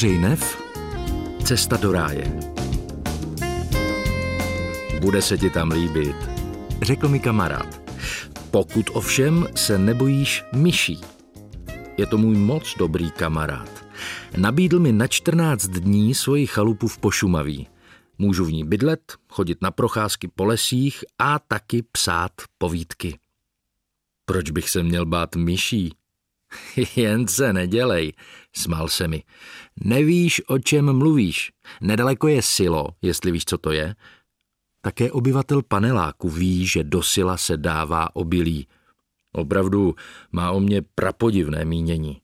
Ondřej Neff, Cesta do ráje. Bude se ti tam líbit, řekl mi kamarád. Pokud ovšem se nebojíš myší. Je to můj moc dobrý kamarád. Nabídl mi na 14 dní svoji chalupu v Pošumaví. Můžu v ní bydlet, chodit na procházky po lesích a taky psát povídky. Proč bych se měl bát myší? Jen se nedělej, smál se mi. Nevíš, o čem mluvíš. Nedaleko je silo, jestli víš, co to je. Také obyvatel paneláku ví, že do sila se dává obilí. Opravdu má o mě prapodivné mínění.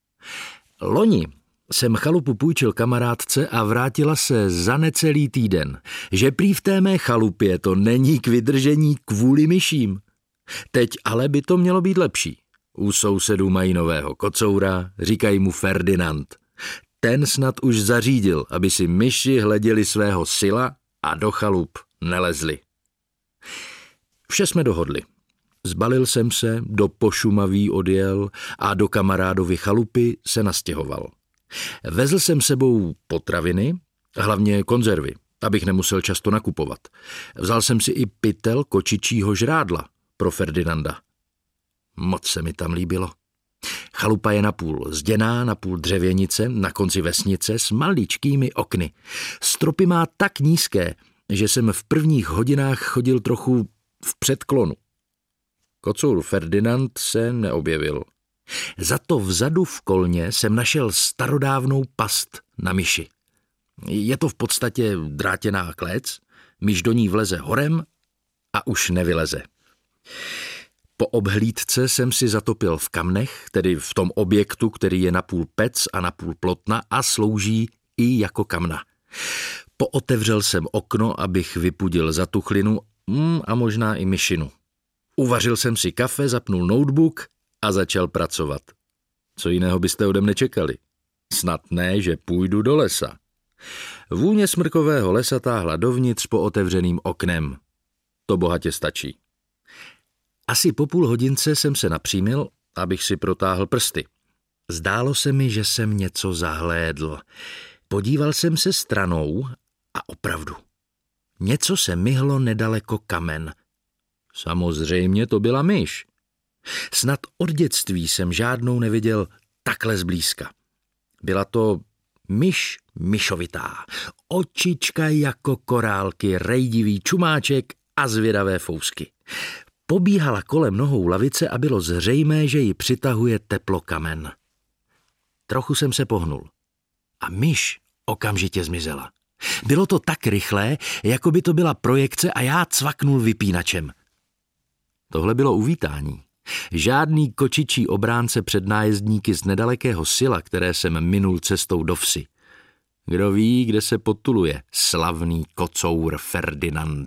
Loni jsem chalupu půjčil kamarádce a vrátila se za necelý týden, že prý v té mé chalupě to není k vydržení kvůli myším. Teď ale by to mělo být lepší. U sousedů mají nového kocoura, říkají mu Ferdinand. Ten snad už zařídil, aby si myši hleděli svého sila a do chalup nelezli. Vše jsme dohodli. Zbalil jsem se, do Pošumaví odjel a do kamarádovy chalupy se nastěhoval. Vezl jsem sebou potraviny, hlavně konzervy, abych nemusel často nakupovat. Vzal jsem si i pytel kočičího žrádla pro Ferdinanda. Moc se mi tam líbilo. Chalupa je napůl zděná, napůl dřevěnice, na konci vesnice s maličkými okny. Stropy má tak nízké, že jsem v prvních hodinách chodil trochu v předklonu. Kocour Ferdinand se neobjevil. Za to vzadu v kolně jsem našel starodávnou past na myši. Je to v podstatě drátěná klec, myš do ní vleze horem a už nevyleze. Po obhlídce jsem si zatopil v kamnech, tedy v tom objektu, který je napůl pec a napůl plotna a slouží i jako kamna. Pootevřel jsem okno, abych vypudil zatuchlinu a možná i myšinu. Uvařil jsem si kafe, zapnul notebook a začal pracovat. Co jiného byste ode mne čekali? Snad ne, že půjdu do lesa. Vůně smrkového lesa táhla dovnitř po otevřeným oknem. To bohatě stačí. Asi po půl hodince jsem se napřímil, abych si protáhl prsty. Zdálo se mi, že jsem něco zahlédl. Podíval jsem se stranou a opravdu. Něco se myhlo nedaleko kamen. Samozřejmě to byla myš. Snad od dětství jsem žádnou neviděl takhle zblízka. Byla to myš myšovitá, očička jako korálky, rejdivý čumáček a zvědavé fousky. Pobíhala kolem nohou lavice a bylo zřejmé, že ji přitahuje teplo kamen. Trochu jsem se pohnul a myš okamžitě zmizela. Bylo to tak rychlé, jako by to byla projekce a já cvaknul vypínačem. Tohle bylo uvítání. Žádný kočičí obránce před nájezdníky z nedalekého sila, které jsem minul cestou do vsi. Kdo ví, kde se potuluje slavný kocour Ferdinand.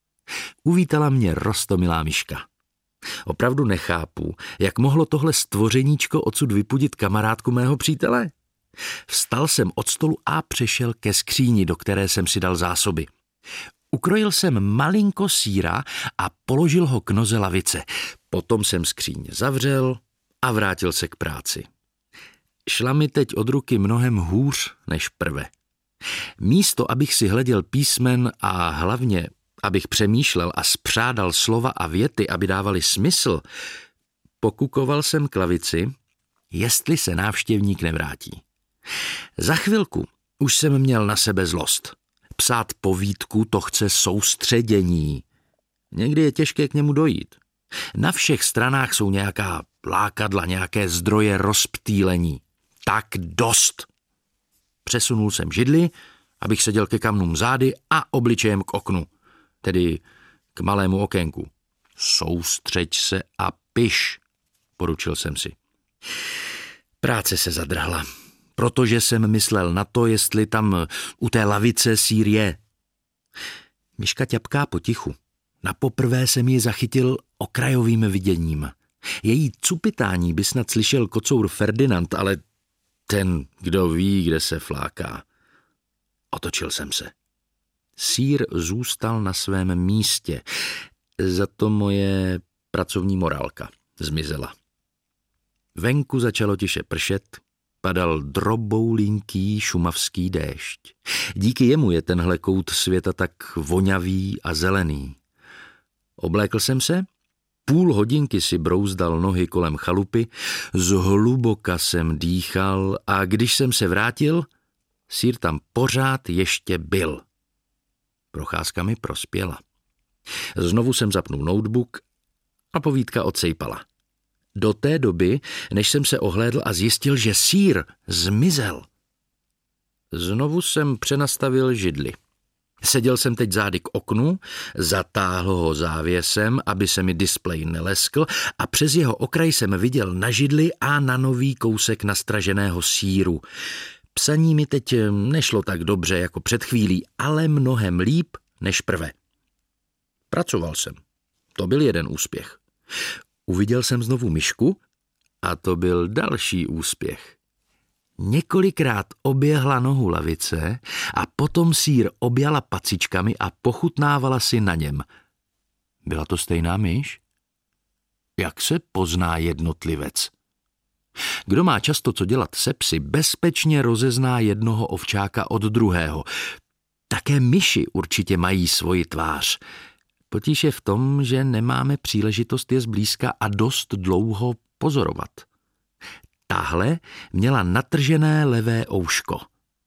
Uvítala mě roztomilá myška. Opravdu nechápu, jak mohlo tohle stvořeníčko odsud vypudit kamarádku mého přítele. Vstal jsem od stolu a přešel ke skříni, do které jsem si dal zásoby. Ukrojil jsem malinko sýra a položil ho k noze lavice. Potom jsem skříň zavřel a vrátil se k práci. Šla mi teď od ruky mnohem hůř než prve. Místo, abych si hleděl písmen a hlavně, abych přemýšlel a spřádal slova a věty, aby dávaly smysl, pokukoval jsem k lavici, jestli se návštěvník nevrátí. Za chvilku už jsem měl na sebe zlost. Psát povídku to chce soustředění. Někdy je těžké k němu dojít. Na všech stranách jsou nějaká lákadla, nějaké zdroje rozptýlení. Tak dost. Přesunul jsem židli, abych seděl ke kamnům zády a obličejem k oknu, tedy k malému okénku. Soustřeď se a piš, poručil jsem si. Práce se zadrhla, protože jsem myslel na to, jestli tam u té lavice sýr je. Myška ťapká potichu. Napoprvé jsem ji zachytil okrajovým viděním. Její cupitání by snad slyšel kocour Ferdinand, ale ten, kdo ví, kde se fláká. Otočil jsem se. Sýr zůstal na svém místě. Za to moje pracovní morálka zmizela. Venku začalo tiše pršet, Padal droboulinký šumavský déšť. Díky jemu je tenhle kout světa tak vonavý a zelený. Oblékl jsem se, půl hodinky si brouzdal nohy kolem chalupy, zhluboka jsem dýchal a když jsem se vrátil, sýr tam pořád ještě byl. Procházka mi prospěla. Znovu jsem zapnul notebook a povídka odsejpala. Do té doby, než jsem se ohlédl a zjistil, že sýr zmizel. Znovu jsem přenastavil židli. Seděl jsem teď zády k oknu, zatáhl ho závěsem, aby se mi displej neleskl a přes jeho okraj jsem viděl na židli a na nový kousek nastraženého sýru. Psaní mi teď nešlo tak dobře jako před chvílí, ale mnohem líp než prve. Pracoval jsem. To byl jeden úspěch. Uviděl jsem znovu myšku a to byl další úspěch. Několikrát oběhla nohu lavice a potom sýr objala pacičkami a pochutnávala si na něm. Byla to stejná myš? Jak se pozná jednotlivec? Kdo má často co dělat se psy, bezpečně rozezná jednoho ovčáka od druhého. Také myši určitě mají svoji tvář. Potíž je v tom, že nemáme příležitost je zblízka a dost dlouho pozorovat. Tahle měla natržené levé ouško.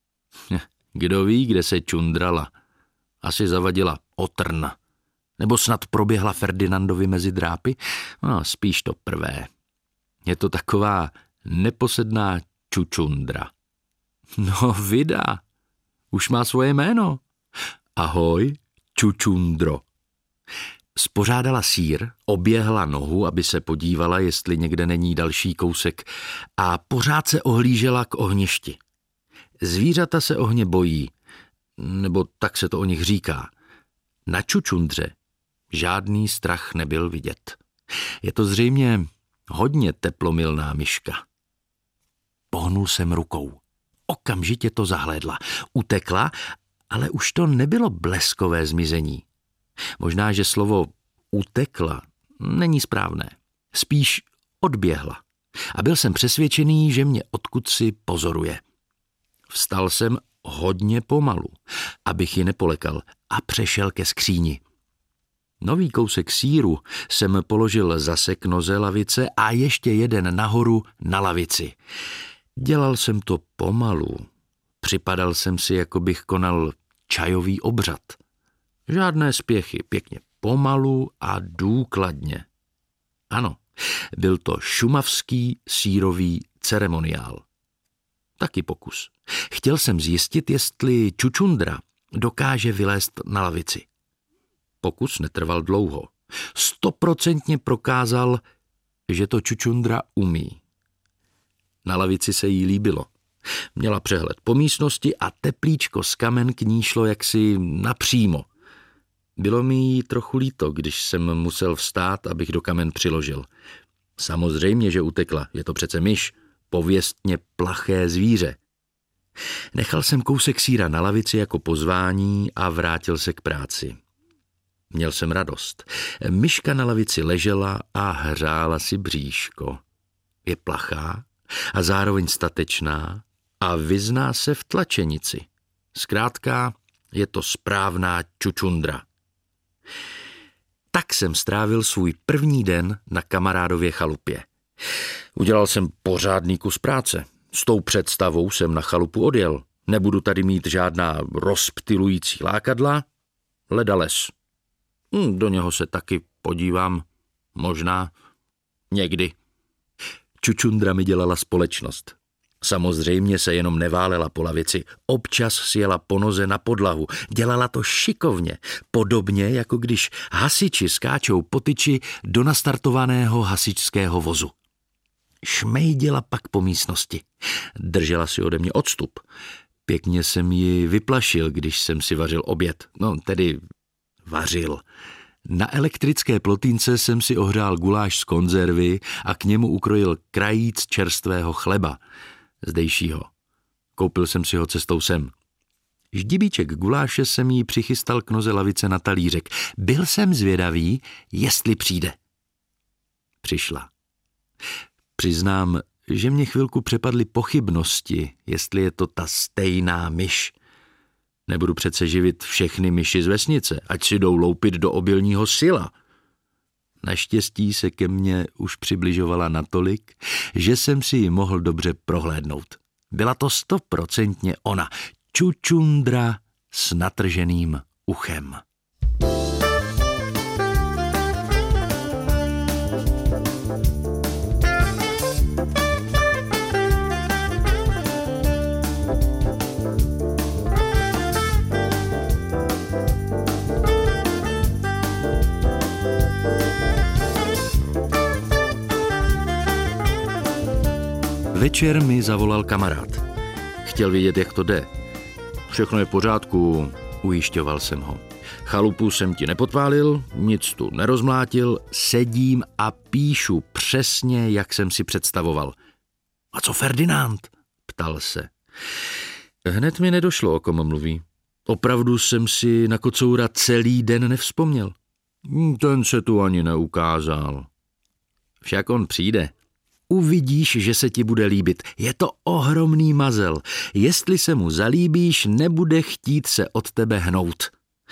Kdo ví, kde se čundrala. Asi zavadila otrn. Nebo snad proběhla Ferdinandovi mezi drápy? No, spíš to prvé. Je to taková neposedná čučundra. No vida, už má svoje jméno. Ahoj, čučundro. Spořádala sýr, oběhla nohu, aby se podívala, jestli někde není další kousek a pořád se ohlížela k ohništi. Zvířata se ohně bojí, nebo tak se to o nich říká. Na čučundře žádný strach nebyl vidět. Je to zřejmě hodně teplomilná myška. Pohnul jsem rukou. Okamžitě to zahlédla. Utekla, ale už to nebylo bleskové zmizení. Možná, že slovo utekla není správné. Spíš odběhla. A byl jsem přesvědčený, že mě odkudsi pozoruje. Vstal jsem hodně pomalu, abych ji nepolekal, a přešel ke skříni. Nový kousek sýru jsem položil zase k noze lavice a ještě jeden nahoru na lavici. Dělal jsem to pomalu. Připadal jsem si, jako bych konal čajový obřad. Žádné spěchy, pěkně pomalu a důkladně. Ano, byl to šumavský sýrový ceremoniál. Taky pokus. Chtěl jsem zjistit, jestli čučundra dokáže vylézt na lavici. Pokus netrval dlouho. 100% prokázal, že to čučundra umí. Na lavici se jí líbilo. Měla přehled po místnosti a teplíčko z kamen k ní šlo jaksi napřímo. Bylo mi jí trochu líto, když jsem musel vstát, abych do kamen přiložil. Samozřejmě, že utekla, je to přece myš, pověstně plaché zvíře. Nechal jsem kousek sýra na lavici jako pozvání a vrátil se k práci. Měl jsem radost. Myška na lavici ležela a hřála si bříško. Je plachá a zároveň statečná a vyzná se v tlačenici. Zkrátka je to správná čučundra. Tak jsem strávil svůj první den na kamarádově chalupě. Udělal jsem pořádný kus práce. S tou představou jsem na chalupu odjel. Nebudu tady mít žádná rozptylující lákadla, leda les. Do něho se taky podívám, možná někdy. Čučundra mi dělala společnost. Samozřejmě se jenom neválela po lavici, občas sjela po noze na podlahu. Dělala to šikovně, podobně jako když hasiči skáčou po tyči do nastartovaného hasičského vozu. Šmejděla pak po místnosti. Držela si ode mě odstup. Pěkně jsem ji vyplašil, když jsem si vařil oběd. No, tedy vařil. Na elektrické plotínce jsem si ohřál guláš z konzervy a k němu ukrojil krajíc čerstvého chleba, zdejšího. Koupil jsem si ho cestou sem. Ždibíček guláše jsem jí přichystal k noze lavice na talířek. Byl jsem zvědavý, jestli přijde. Přišla. Přiznám, že mě chvilku přepadly pochybnosti, jestli je to ta stejná myš. Nebudu přece živit všechny myši z vesnice, ať si jdou loupit do obilního sila. Naštěstí se ke mně už přibližovala natolik, že jsem si ji mohl dobře prohlédnout. Byla to 100% ona, Čučundra s natrženým uchem. Večer mi zavolal kamarád. Chtěl vědět, jak to jde. Všechno je v pořádku, ujišťoval jsem ho. Chalupu jsem ti nepodpálil, nic tu nerozmlátil, sedím a píšu přesně, jak jsem si představoval. A co Ferdinand? Ptal se. Hned mi nedošlo, o kom mluví. Opravdu jsem si na kocoura celý den nevzpomněl. Ten se tu ani neukázal. Však on přijde. Uvidíš, že se ti bude líbit. Je to ohromný mazel. Jestli se mu zalíbíš, nebude chtít se od tebe hnout.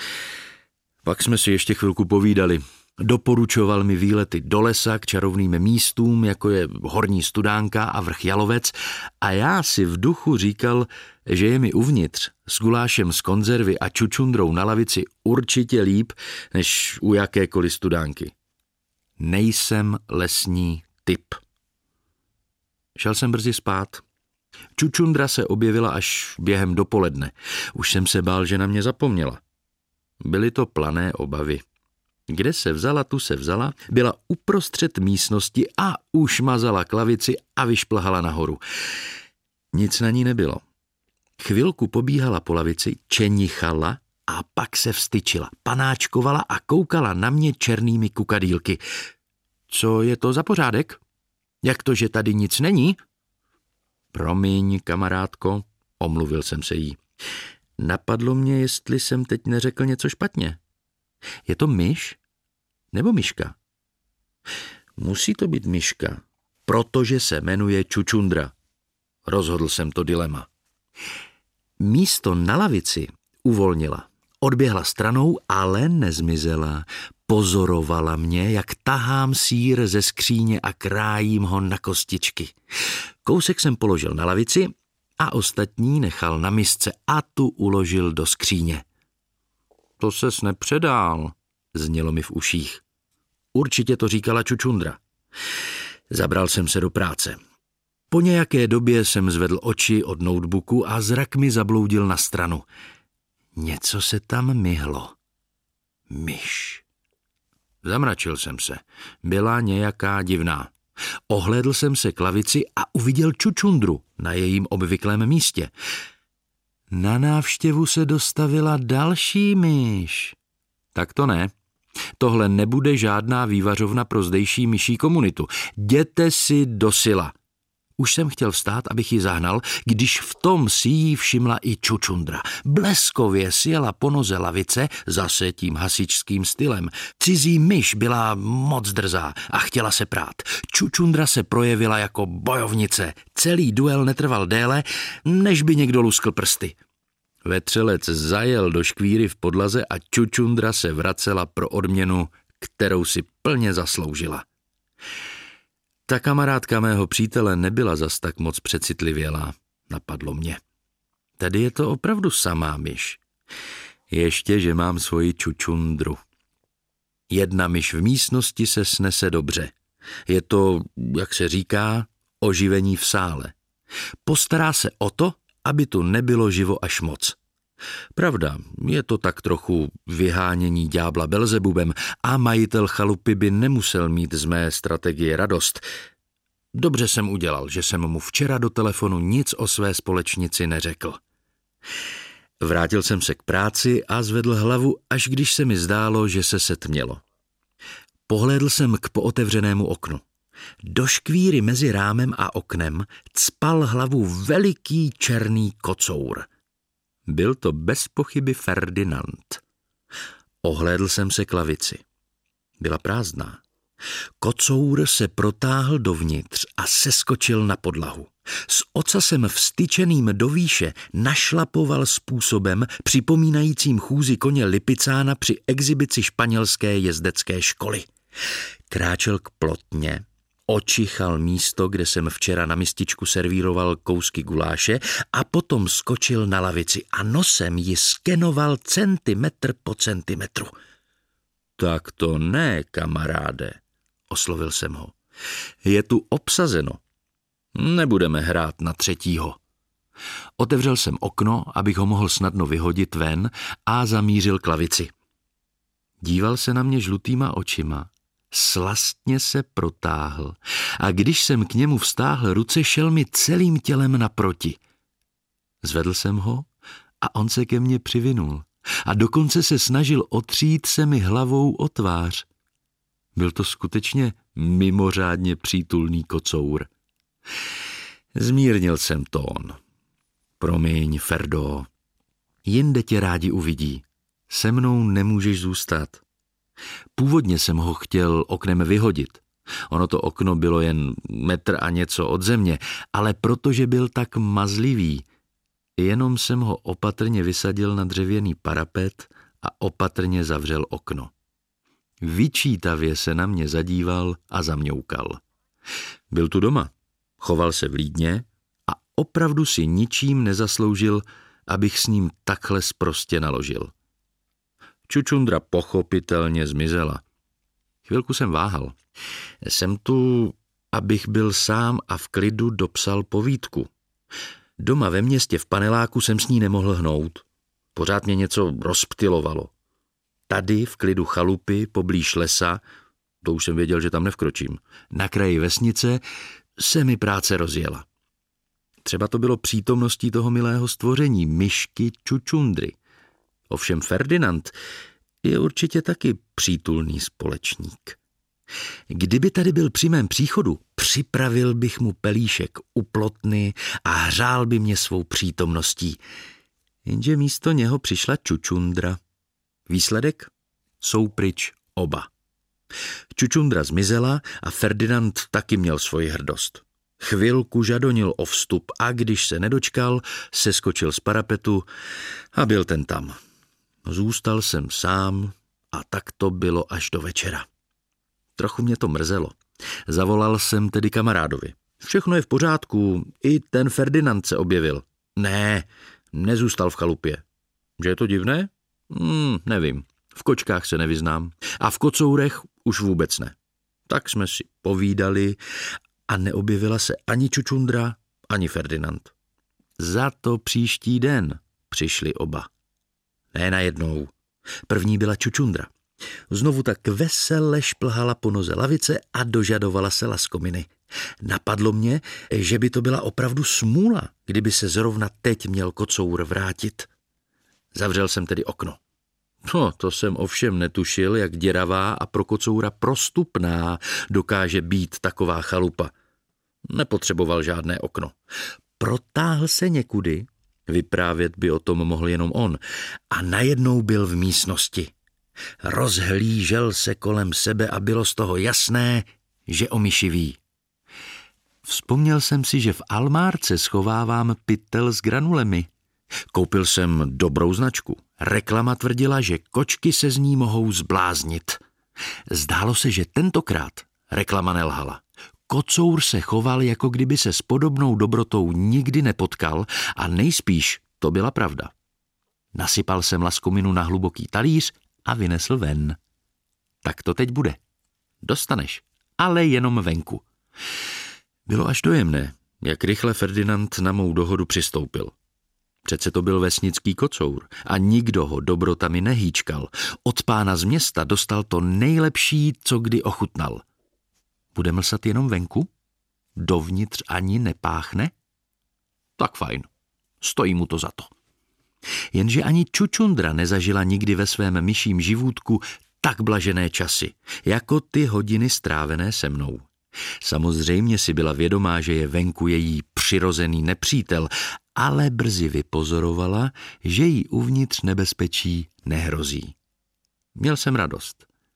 Pak jsme si ještě chvilku povídali. Doporučoval mi výlety do lesa k čarovným místům, jako je Horní Studánka a vrch Jalovec, a já si v duchu říkal, že je mi uvnitř s gulášem z konzervy a čučundrou na lavici určitě líp, než u jakékoliv studánky. Nejsem lesní typ. Šel jsem brzy spát. Čučundra se objevila až během dopoledne. Už jsem se bál, že na mě zapomněla. Byly to plané obavy. Kde se vzala, tu se vzala, byla uprostřed místnosti a už mazala klavici a vyšplhala nahoru. Nic na ní nebylo. Chvilku pobíhala po lavici, čenichala a pak se vstyčila, panáčkovala a koukala na mě černými kukadýlky. Co je to za pořádek? Jak to, že tady nic není? Promiň, kamarádko, omluvil jsem se jí. Napadlo mě, jestli jsem teď neřekl něco špatně. Je to myš? Nebo myška? Musí to být myška, protože se jmenuje Čučundra. Rozhodl jsem to dilema. Místo na lavici uvolnila. Odběhla stranou, ale nezmizela. Pozorovala mě, jak tahám sýr ze skříně a krájím ho na kostičky. Kousek jsem položil na lavici a ostatní nechal na misce a tu uložil do skříně. To ses nepředál, znělo mi v uších. Určitě to říkala Čučundra. Zabral jsem se do práce. Po nějaké době jsem zvedl oči od notebooku a zrak mi zabloudil na stranu. Něco se tam myhlo. Myš. Zamračil jsem se. Byla nějaká divná. Ohlédl jsem se k lavici a uviděl Čučundru na jejím obvyklém místě. Na návštěvu se dostavila další myš. Tak to ne. Tohle nebude žádná vývařovna pro zdejší myší komunitu. Jděte si do sila. Už jsem chtěl vstát, abych ji zahnal, když v tom si jí všimla i Čučundra. Bleskově sjela po noze lavice, zase tím hasičským stylem. Cizí myš byla moc drzá a chtěla se prát. Čučundra se projevila jako bojovnice. Celý duel netrval déle, než by někdo luskl prsty. Vetřelec zajel do škvíry v podlaze a Čučundra se vracela pro odměnu, kterou si plně zasloužila. Ta kamarádka mého přítele nebyla zas tak moc přecitlivělá, napadlo mě. Tady je to opravdu samá myš. Ještě, že mám svoji Čučundru. Jedna myš v místnosti se snese dobře. Je to, jak se říká, oživení v sále. Postará se o to, aby tu nebylo živo až moc. Pravda, je to tak trochu vyhánění ďábla Belzebubem a majitel chalupy by nemusel mít z mé strategie radost. Dobře jsem udělal, že jsem mu včera do telefonu nic o své společnici neřekl. Vrátil jsem se k práci a zvedl hlavu, až když se mi zdálo, že se setmělo. Pohlédl jsem k pootevřenému oknu. Do škvíry mezi rámem a oknem cpal hlavu veliký černý kocour. Byl to bez pochyby Ferdinand. Ohlédl jsem se k lavici. Byla prázdná. Kocour se protáhl dovnitř a seskočil na podlahu. S ocasem vstyčeným do výše našlapoval způsobem připomínajícím chůzi koně Lipicána při exibici španělské jezdecké školy. Kráčel k plotně, očichal místo, kde jsem včera na mističku servíroval kousky guláše a potom skočil na lavici a nosem ji skenoval centimetr po centimetru. Tak to ne, kamaráde, oslovil jsem ho. Je tu obsazeno. Nebudeme hrát na třetího. Otevřel jsem okno, abych ho mohl snadno vyhodit ven a zamířil k lavici. Díval se na mě žlutýma očima, slastně se protáhl a když jsem k němu vztáhl ruce, šel mi celým tělem naproti. Zvedl jsem ho a on se ke mně přivinul a dokonce se snažil otřít se mi hlavou o tvář. Byl to skutečně mimořádně přítulný kocour. Zmírnil jsem tón. Promiň, Ferdo, jinde tě rádi uvidí. Se mnou nemůžeš zůstat. Původně jsem ho chtěl oknem vyhodit. Ono to okno bylo jen metr a něco od země, ale protože byl tak mazlivý, jenom jsem ho opatrně vysadil na dřevěný parapet a opatrně zavřel okno. Vyčítavě se na mě zadíval a zamňoukal. Byl tu doma, choval se vlídně a opravdu si ničím nezasloužil, abych s ním takhle sprostě naložil. Čučundra pochopitelně zmizela. Chvilku jsem váhal. Jsem tu, abych byl sám a v klidu dopsal povídku. Doma ve městě v paneláku jsem s ní nemohl hnout. Pořád mě něco rozptylovalo. Tady v klidu chalupy, poblíž lesa, to už jsem věděl, že tam nevkročím, na kraji vesnice se mi práce rozjela. Třeba to bylo přítomností toho milého stvoření, myšky Čučundry. Ovšem Ferdinand je určitě taky přítulný společník. Kdyby tady byl při mém příchodu, připravil bych mu pelíšek u plotny a hřál by mě svou přítomností. Jenže místo něho přišla Čučundra. Výsledek? Jsou pryč oba. Čučundra zmizela a Ferdinand taky měl svoji hrdost. Chvilku žadonil o vstup a když se nedočkal, seskočil z parapetu a byl ten tam. Zůstal jsem sám a tak to bylo až do večera. Trochu mě to mrzelo. Zavolal jsem tedy kamarádovi. Všechno je v pořádku, i ten Ferdinand se objevil. Ne, nezůstal v chalupě. Že je to divné? Nevím. V kočkách se nevyznám. A v kocourech už vůbec ne. Tak jsme si povídali a neobjevila se ani Čučundra, ani Ferdinand. Za to příští den přišli oba. Ne najednou. První byla Čučundra. Znovu tak vesele šplhala po noze lavice a dožadovala se laskominy. Napadlo mě, že by to byla opravdu smůla, kdyby se zrovna teď měl kocour vrátit. Zavřel jsem tedy okno. No, to jsem ovšem netušil, jak děravá a pro kocoura prostupná dokáže být taková chalupa. Nepotřeboval žádné okno. Protáhl se někudy, vyprávět by o tom mohl jenom on, a najednou byl v místnosti. Rozhlížel se kolem sebe a bylo z toho jasné, že o myši ví. Vzpomněl jsem si, že v Almárce schovávám pytel s granulemi. Koupil jsem dobrou značku. Reklama tvrdila, že kočky se z ní mohou zbláznit. Zdálo se, že tentokrát reklama nelhala. Kocour se choval, jako kdyby se s podobnou dobrotou nikdy nepotkal a nejspíš to byla pravda. Nasypal jsem laskominu na hluboký talíř a vynesl ven. Tak to teď bude. Dostaneš, ale jenom venku. Bylo až dojemné, jak rychle Ferdinand na mou dohodu přistoupil. Přece to byl vesnický kocour a nikdo ho dobrotami nehýčkal. Od pána z města dostal to nejlepší, co kdy ochutnal. Bude mlsat jenom venku? Dovnitř ani nepáchne? Tak fajn, stojí mu to za to. Jenže ani Čučundra nezažila nikdy ve svém myším živůtku tak blažené časy, jako ty hodiny strávené se mnou. Samozřejmě si byla vědomá, že je venku její přirozený nepřítel, ale brzy vypozorovala, že jí uvnitř nebezpečí nehrozí. Měl jsem radost.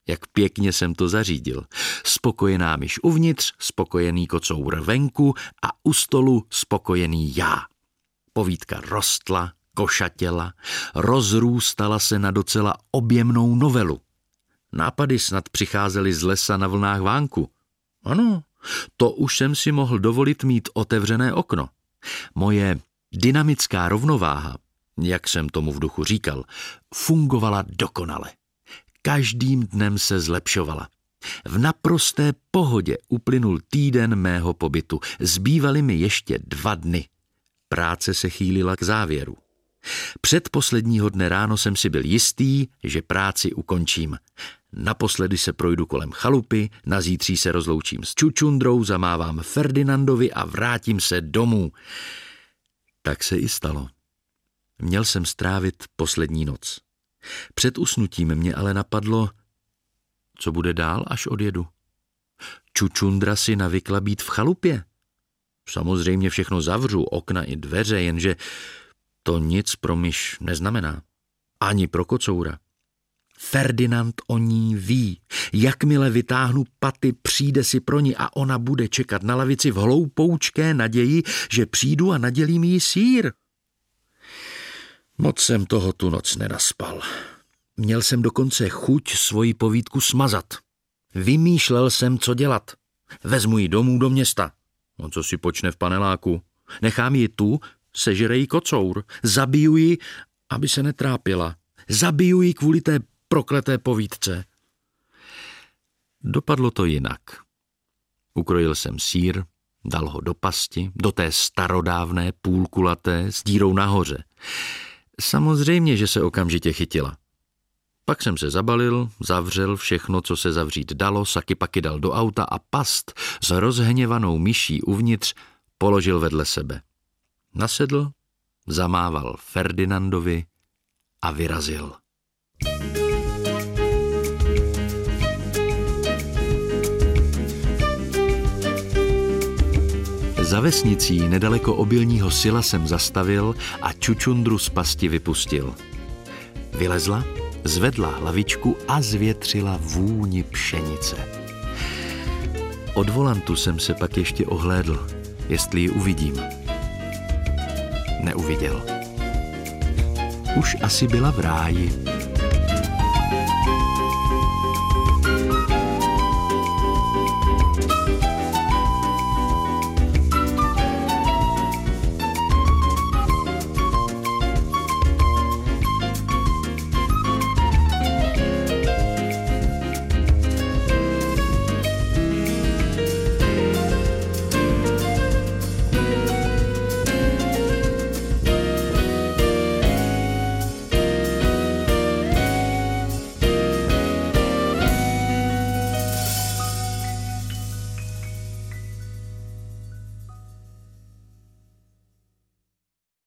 Jak pěkně jsem to zařídil. Spokojená myš uvnitř, spokojený kocour venku a u stolu spokojený já. Povídka rostla, košatěla, rozrůstala se na docela objemnou novelu. Nápady snad přicházely z lesa na vlnách vánku. Ano, to už jsem si mohl dovolit mít otevřené okno. Moje dynamická rovnováha, jak jsem tomu v duchu říkal, fungovala dokonale. Každým dnem se zlepšovala. V naprosté pohodě uplynul týden mého pobytu. Zbývaly mi ještě 2 dny. Práce se chýlila k závěru. Předposledního dne ráno jsem si byl jistý, že práci ukončím. Naposledy se projdu kolem chalupy, nazítří se rozloučím s Čučundrou, zamávám Ferdinandovi a vrátím se domů. Tak se i stalo. Měl jsem strávit poslední noc. Před usnutím mě ale napadlo, co bude dál, až odjedu. Čučundra si navykla být v chalupě. Samozřejmě všechno zavřu, okna i dveře, jenže to nic pro myš neznamená. Ani pro kocoura. Ferdinand o ní ví. Jakmile vytáhnu paty, přijde si pro ní a ona bude čekat na lavici v hloupoučké naději, že přijdu a nadělím jí sýr. Moc jsem toho tu noc nenaspal. Měl jsem dokonce chuť svoji povídku smazat. Vymýšlel jsem, co dělat. Vezmu ji domů do města. No, co si počne v paneláku? Nechám ji tu, sežere jí kocour. Zabiju ji, aby se netrápila. Zabiju ji kvůli té prokleté povídce. Dopadlo to jinak. Ukrojil jsem sýr, dal ho do pasti, do té starodávné půlkulaté s dírou nahoře. Samozřejmě, že se okamžitě chytila. Pak jsem se zabalil, zavřel všechno, co se zavřít dalo, saky-paky dal do auta a past s rozhněvanou myší uvnitř položil vedle sebe. Nasedl, zamával Ferdinandovi a vyrazil. Za vesnicí nedaleko obilního sila jsem zastavil a Čučundru z pasti vypustil. Vylezla, zvedla hlavičku a zvětřila vůni pšenice. Od volantu jsem se pak ještě ohlédl, jestli ji uvidím. Neuviděl. Už asi byla v ráji.